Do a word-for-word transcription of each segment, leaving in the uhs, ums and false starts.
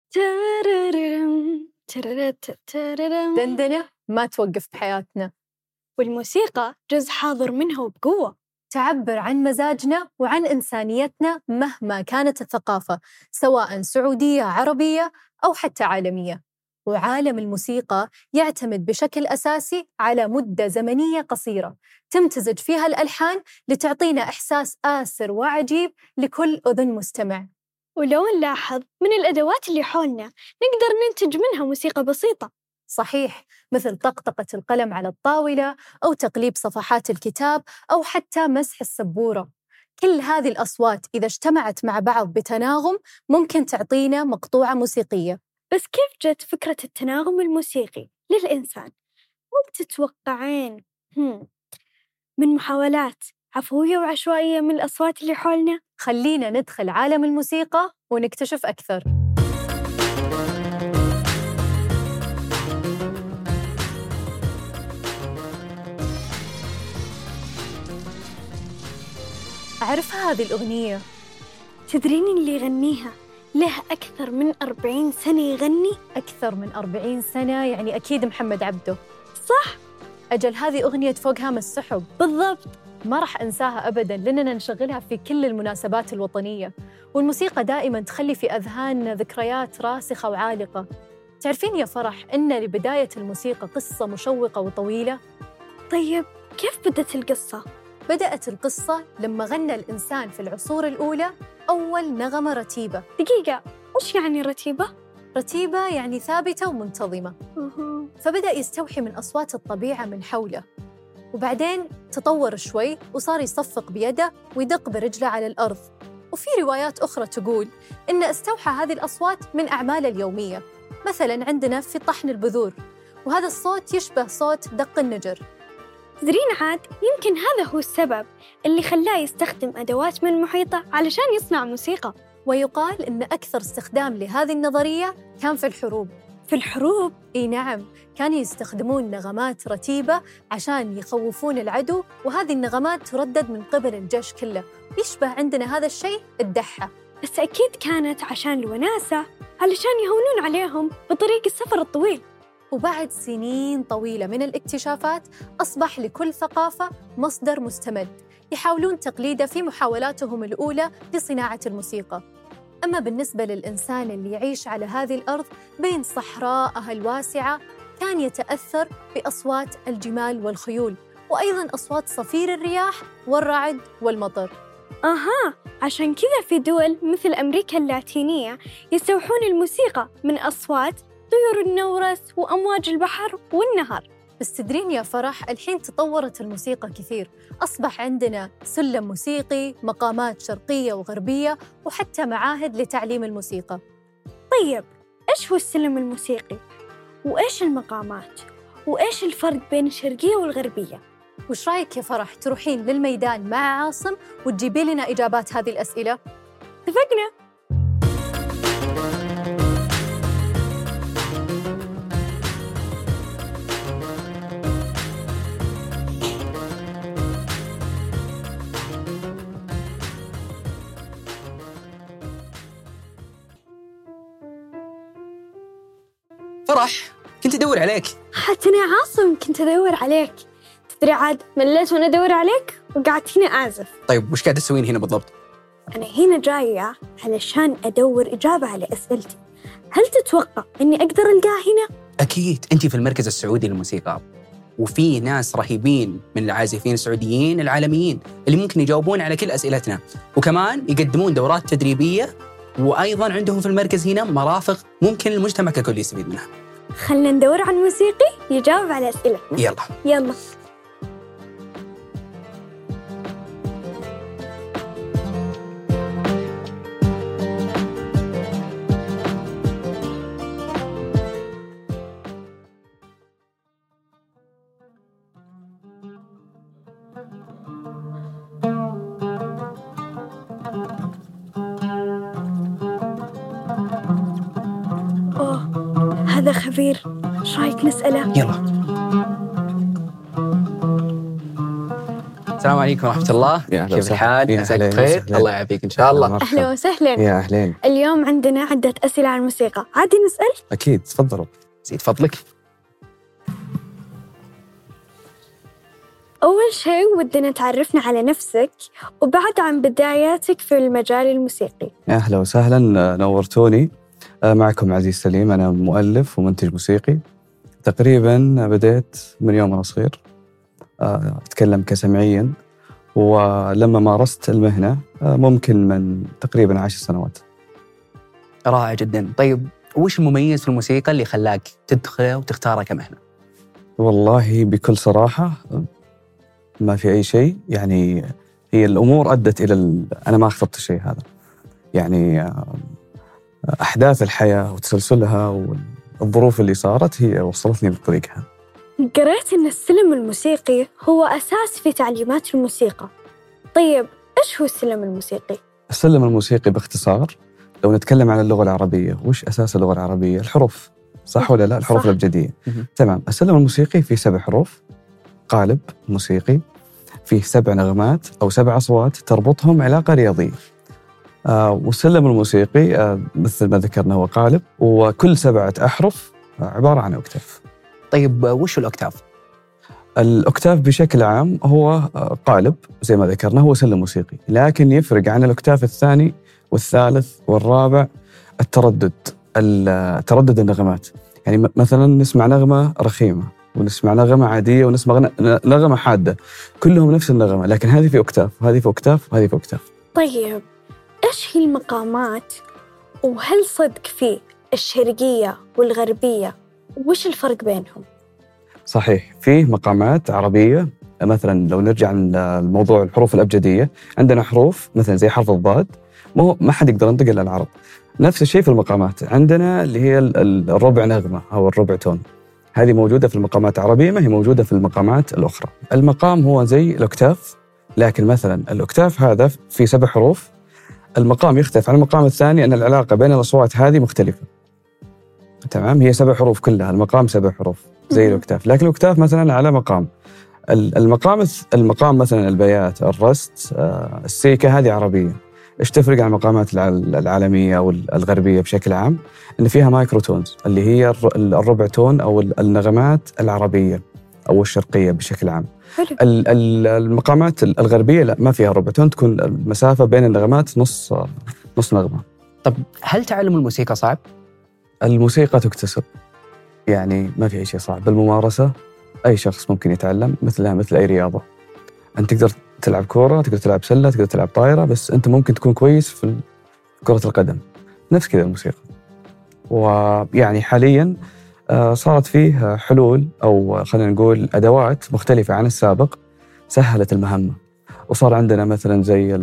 ترررم تررت تررم. دندنة ما توقف بحياتنا، والموسيقى جزء حاضر منها وبقوة، تعبر عن مزاجنا وعن إنسانيتنا مهما كانت الثقافة، سواء سعودية، عربية أو حتى عالمية. وعالم الموسيقى يعتمد بشكل أساسي على مدة زمنية قصيرة تمتزج فيها الألحان لتعطينا إحساس آسر وعجيب لكل أذن مستمع. ولو نلاحظ من الأدوات اللي حولنا نقدر ننتج منها موسيقى بسيطة. صحيح، مثل طقطقة القلم على الطاولة أو تقليب صفحات الكتاب أو حتى مسح السبورة. كل هذه الأصوات إذا اجتمعت مع بعض بتناغم ممكن تعطينا مقطوعة موسيقية. بس كيف جت فكرة التناغم الموسيقي للإنسان؟ مو تتوقعين هم. من محاولات عفوية وعشوائية من الأصوات اللي حولنا؟ خلينا ندخل عالم الموسيقى ونكتشف أكثر. أعرفها هذه الأغنية. تدرين اللي يغنيها له أكثر من أربعين سنة يغني؟ أكثر من أربعين سنة، يعني أكيد محمد عبده. صح؟ أجل هذه أغنية فوق هام السحب. بالضبط. ما راح أنساها أبداً لأننا نشغلها في كل المناسبات الوطنية، والموسيقى دائماً تخلي في أذهاننا ذكريات راسخة وعالقة. تعرفين يا فرح أن لبداية الموسيقى قصة مشوقة وطويلة؟ طيب كيف بدت القصة؟ بدأت القصة لما غنى الإنسان في العصور الأولى أول نغمة رتيبة. دقيقة، وش يعني رتيبة؟ رتيبة يعني ثابتة ومنتظمة. أه. فبدأ يستوحي من أصوات الطبيعة من حوله، وبعدين تطور شوي وصار يصفق بيده ويدق برجله على الأرض. وفي روايات أخرى تقول إن استوحى هذه الأصوات من أعماله اليومية، مثلاً عندنا في طحن البذور، وهذا الصوت يشبه صوت دق النجر. تدرين عاد يمكن هذا هو السبب اللي خلاه يستخدم أدوات من المحيطة علشان يصنع موسيقى. ويقال إن أكثر استخدام لهذه النظرية كان في الحروب. في الحروب؟ إي نعم، كانوا يستخدمون نغمات رتيبة عشان يخوفون العدو، وهذه النغمات تردد من قبل الجيش كله. يشبه عندنا هذا الشيء الدحة. بس أكيد كانت عشان الوناسة، علشان يهونون عليهم بطريق السفر الطويل. وبعد سنين طويلة من الاكتشافات أصبح لكل ثقافة مصدر مستمد يحاولون تقليده في محاولاتهم الأولى لصناعة الموسيقى. أما بالنسبة للإنسان اللي يعيش على هذه الأرض بين صحراءها الواسعة، كان يتأثر بأصوات الجمال والخيول، وأيضاً أصوات صفير الرياح والرعد والمطر. أها، عشان كذا في دول مثل أمريكا اللاتينية يستوحون الموسيقى من أصوات طيور النورس وأمواج البحر والنهر. بس تدرين يا فرح، الحين تطورت الموسيقى كثير، أصبح عندنا سلم موسيقي، مقامات شرقية وغربية، وحتى معاهد لتعليم الموسيقى. طيب إيش هو السلم الموسيقي؟ وإيش المقامات؟ وإيش الفرق بين الشرقية والغربية؟ وش رأيك يا فرح تروحين للميدان مع عاصم وتجيبي لنا إجابات هذه الأسئلة؟ اتفقنا. فرح، كنت أدور عليك. حتى أنا عاصم كنت أدور عليك. تدري عاد مليت وأنا أدور عليك وقعدت هنا أعزف. طيب وش قاعدة تسوين هنا بالضبط؟ أنا هنا جاية علشان أدور إجابة على أسئلتي. هل تتوقع إني أقدر ألقاها هنا؟ أكيد، أنت في المركز السعودي للموسيقى، وفي ناس رهيبين من العازفين السعوديين العالميين اللي ممكن يجاوبون على كل أسئلتنا، وكمان يقدمون دورات تدريبية، وأيضاً عندهم في المركز هنا مرافق ممكن المجتمع ككل يستفيد منها. خلنا ندور عن موسيقي يجاوب على أسئلتنا. يلا يلا. هذا خبير، ايش رايك نسأله؟ يلا. السلام عليكم ورحمة الله. كيف الحال؟ عساك بخير؟ الله يعافيك إن شاء الله. أهلا وسهلا. يا أهلين. اليوم عندنا عدة أسئلة عن الموسيقى، عادي نسأل؟ أكيد، تفضلوا. زيد فضلك. أول شيء ودنا تعرفنا على نفسك وبعد عن بداياتك في المجال الموسيقي. يا أهلا وسهلا، نورتوني. معكم عزيز سليم، أنا مؤلف ومنتج موسيقي. تقريبا بديت من يوم أنا صغير أتكلم كسمعيا، ولما مارست المهنة ممكن من تقريبا عشر سنوات. رائع جدا. طيب وش المميز في الموسيقى اللي خلاك تدخله وتختاره كمهنة؟ والله بكل صراحة ما في أي شيء، يعني هي الأمور أدت إلى ال... أنا ما اخترت الشيء هذا، يعني أحداث الحياة وتسلسلها والظروف اللي صارت هي وصلتني لطريقها. قرأت أن السلم الموسيقي هو أساس في تعليمات الموسيقى. طيب إيش هو السلم الموسيقي؟ السلم الموسيقي باختصار، لو نتكلم عن اللغة العربية، وش أساس اللغة العربية؟ الحروف، صح ولا لا؟ الحروف صح. الأبجدية. تمام. السلم الموسيقي فيه سبع حروف، قالب موسيقي، فيه سبع نغمات أو سبع أصوات تربطهم علاقة رياضية. آه والسلم الموسيقي آه مثل ما ذكرنا هو قالب، وكل سبعة أحرف آه عبارة عن أوكتاف. طيب وش الأوكتاف؟ الأوكتاف بشكل عام هو قالب زي ما ذكرنا، هو سلم موسيقي، لكن يفرق عن الأوكتاف الثاني والثالث والرابع التردد، التردد النغمات. يعني مثلا نسمع نغمة رخيمة ونسمع نغمة عادية ونسمع نغمة حادة، كلهم نفس النغمة، لكن هذه في أوكتاف وهذه في أوكتاف وهذه في أوكتاف. طيب إيش هي المقامات؟ وهل صدق في الشرقية والغربية؟ وش الفرق بينهم؟ صحيح، فيه مقامات عربية. مثلا لو نرجع للموضوع الحروف الأبجدية، عندنا حروف مثلا زي حرف الضاد ما ما حد يقدر ينطق إلا العرب. نفس الشيء في المقامات، عندنا اللي هي الربع نغمة أو الربع تون، هذه موجودة في المقامات العربية، ما هي موجودة في المقامات الأخرى. المقام هو زي الأوكتاف، لكن مثلا الأوكتاف هذا في سبع حروف، المقام يختلف عن المقام الثاني أن العلاقة بين الأصوات هذه مختلفة. تمام، هي سبع حروف كلها، المقام سبع حروف زي الأوكتاف، لكن الأوكتاف مثلا على مقام. المقام المقام مثلا البيات، الرست، السيكة، هذه عربية. إيش تفرق عن المقامات العالمية أو الغربية بشكل عام؟ إن فيها مايكروتونز اللي هي الربع تون أو النغمات العربية أو الشرقية بشكل عام. المقامات الغربية لا، ما فيها ربع تون، تكون المسافة بين النغمات نص نص نغمة. طب هل تعلم الموسيقى صعب؟ الموسيقى تكتسب، يعني ما في أي شيء صعب. بالممارسة أي شخص ممكن يتعلم، مثلها مثل أي رياضة. أنت تقدر تلعب كورة، تقدر تلعب سلة، تقدر تلعب طائرة، بس أنت ممكن تكون كويس في كرة القدم. نفس كذا الموسيقى. ويعني حالياً صارت فيه حلول أو خلينا نقول أدوات مختلفة عن السابق سهلت المهمة، وصار عندنا مثلاً زي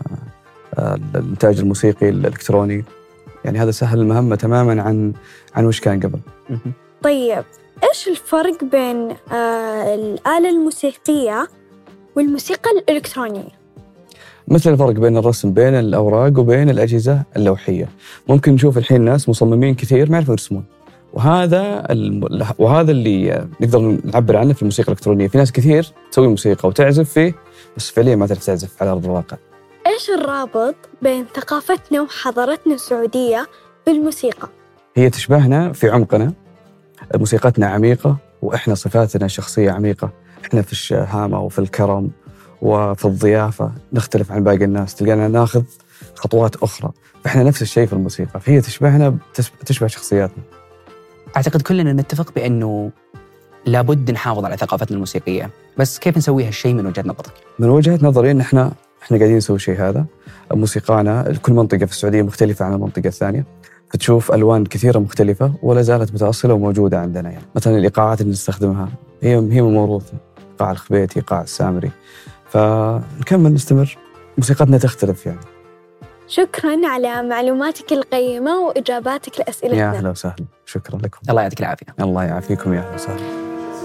الإنتاج الموسيقي الإلكتروني، يعني هذا سهل المهمة تماماً عن عن وش كان قبل. طيب إيش الفرق بين آه الآلة الموسيقية والموسيقى الإلكترونية؟ مثل الفرق بين الرسم بين الأوراق وبين الأجهزة اللوحية. ممكن نشوف الحين ناس مصممين كثير ما يعرفون يرسمون، وهذا الم... وهذا اللي نقدر نعبر عنه في الموسيقى الإلكترونية. في ناس كثير تسوي موسيقى وتعزف فيه، بس فعليا ما تعرف تعزف على أرض الواقع. إيش الرابط بين ثقافتنا وحضارتنا السعودية بالموسيقى؟ هي تشبهنا في عمقنا، موسيقتنا عميقة وإحنا صفاتنا الشخصية عميقة. إحنا في الشهامة وفي الكرم وفي الضيافة نختلف عن باقي الناس، تلقانا ناخذ خطوات أخرى، فإحنا نفس الشيء في الموسيقى، فهي تشبهنا، تشبه شخصياتنا. أعتقد كلنا نتفق بأنه لابد نحافظ على ثقافتنا الموسيقية، بس كيف نسوي هالشيء من وجهة نظرك؟ من وجهة نظري إن إحنا إحنا قاعدين نسوي شيء هذا. موسيقانا كل منطقة في السعودية مختلفة عن المنطقة الثانية، فتشوف ألوان كثيرة مختلفة ولا زالت متأصلة وموجودة عندنا. يعني مثلا الإيقاعات اللي نستخدمها هي هي موروثة، إيقاع الخبيتي، إيقاع السامري، فنكمل نستمر، موسيقتنا تختلف يعني. شكراً على معلوماتك القيمة وإجاباتك لأسئلتنا. يا أهلا وسهلا، شكرا لكم. الله يعطيك العافية. الله يعافيكم، يا أهلا وسهلا.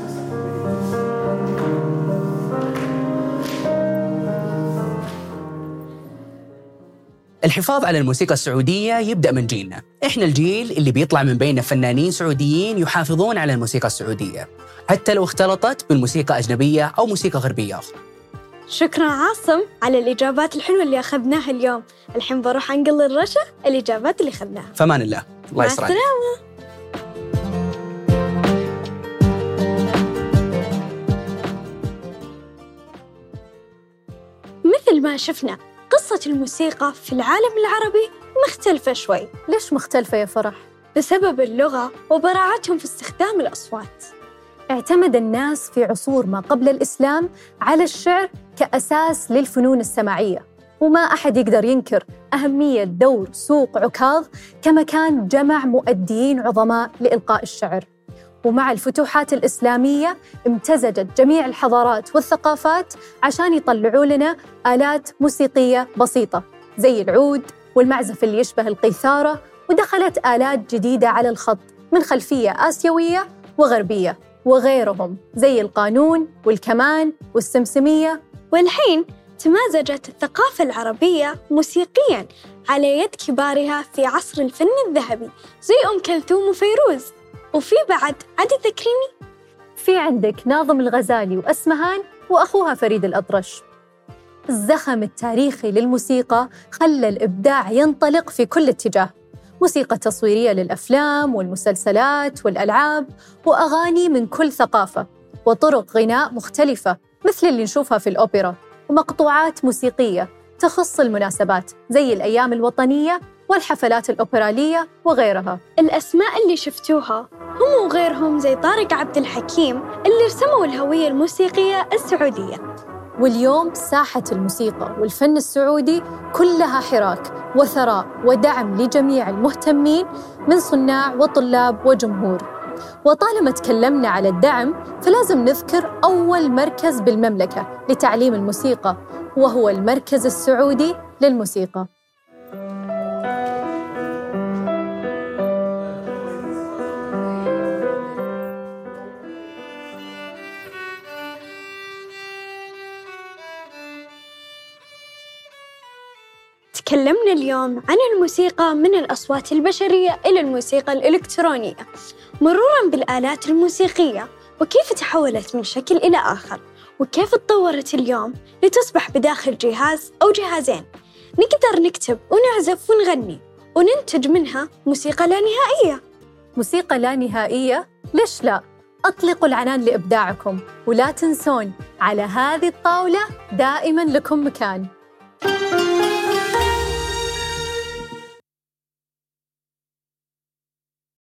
الحفاظ على الموسيقى السعودية يبدأ من جيلنا. إحنا الجيل اللي بيطلع من بين فنانين سعوديين يحافظون على الموسيقى السعودية، حتى لو اختلطت بالموسيقى أجنبية أو موسيقى غربية أخرى. شكرا عاصم على الإجابات الحلوة اللي أخذناها اليوم. الحين بروح أنقل الرشا الإجابات اللي أخذناها. فمان الله. الله مع يسرعك. السلامة. مثل ما شفنا قصة الموسيقى في العالم العربي مختلفة شوي. ليش مختلفة يا فرح؟ بسبب اللغة وبراعتهم في استخدام الأصوات. اعتمد الناس في عصور ما قبل الإسلام على الشعر كأساس للفنون السماعية، وما أحد يقدر ينكر أهمية دور سوق عكاظ كمكان جمع مؤديين عظماء لإلقاء الشعر. ومع الفتوحات الإسلامية امتزجت جميع الحضارات والثقافات عشان يطلعوا لنا آلات موسيقية بسيطة زي العود والمعزف اللي يشبه القيثارة، ودخلت آلات جديدة على الخط من خلفية آسيوية وغربية وغيرهم زي القانون والكمان والسمسمية. والحين تمازجت الثقافة العربية موسيقياً على يد كبارها في عصر الفن الذهبي زي أم كلثوم وفيروز. وفي بعد عاد تذكريني؟ في عندك ناظم الغزالي وأسمهان وأخوها فريد الأطرش. الزخم التاريخي للموسيقى خلى الإبداع ينطلق في كل اتجاه، موسيقى تصويرية للأفلام والمسلسلات والألعاب، وأغاني من كل ثقافة، وطرق غناء مختلفة مثل اللي نشوفها في الأوبرا، ومقطوعات موسيقية تخص المناسبات زي الأيام الوطنية والحفلات الأوبرالية وغيرها. الأسماء اللي شفتوها هم وغيرهم زي طارق عبد الحكيم اللي رسموا الهوية الموسيقية السعودية. واليوم ساحة الموسيقى والفن السعودي كلها حراك وثراء ودعم لجميع المهتمين من صناع وطلاب وجمهور. وطالما تكلمنا على الدعم فلازم نذكر أول مركز بالمملكة لتعليم الموسيقى، وهو المركز السعودي للموسيقى. تكلمنا اليوم عن الموسيقى من الأصوات البشرية إلى الموسيقى الإلكترونية، مروراً بالآلات الموسيقية وكيف تحولت من شكل إلى آخر، وكيف تطورت اليوم لتصبح بداخل جهاز أو جهازين نقدر نكتب ونعزف ونغني وننتج منها موسيقى لا نهائية. موسيقى لا نهائية؟ ليش لا؟ أطلقوا العنان لإبداعكم، ولا تنسون على هذه الطاولة دائماً لكم مكان.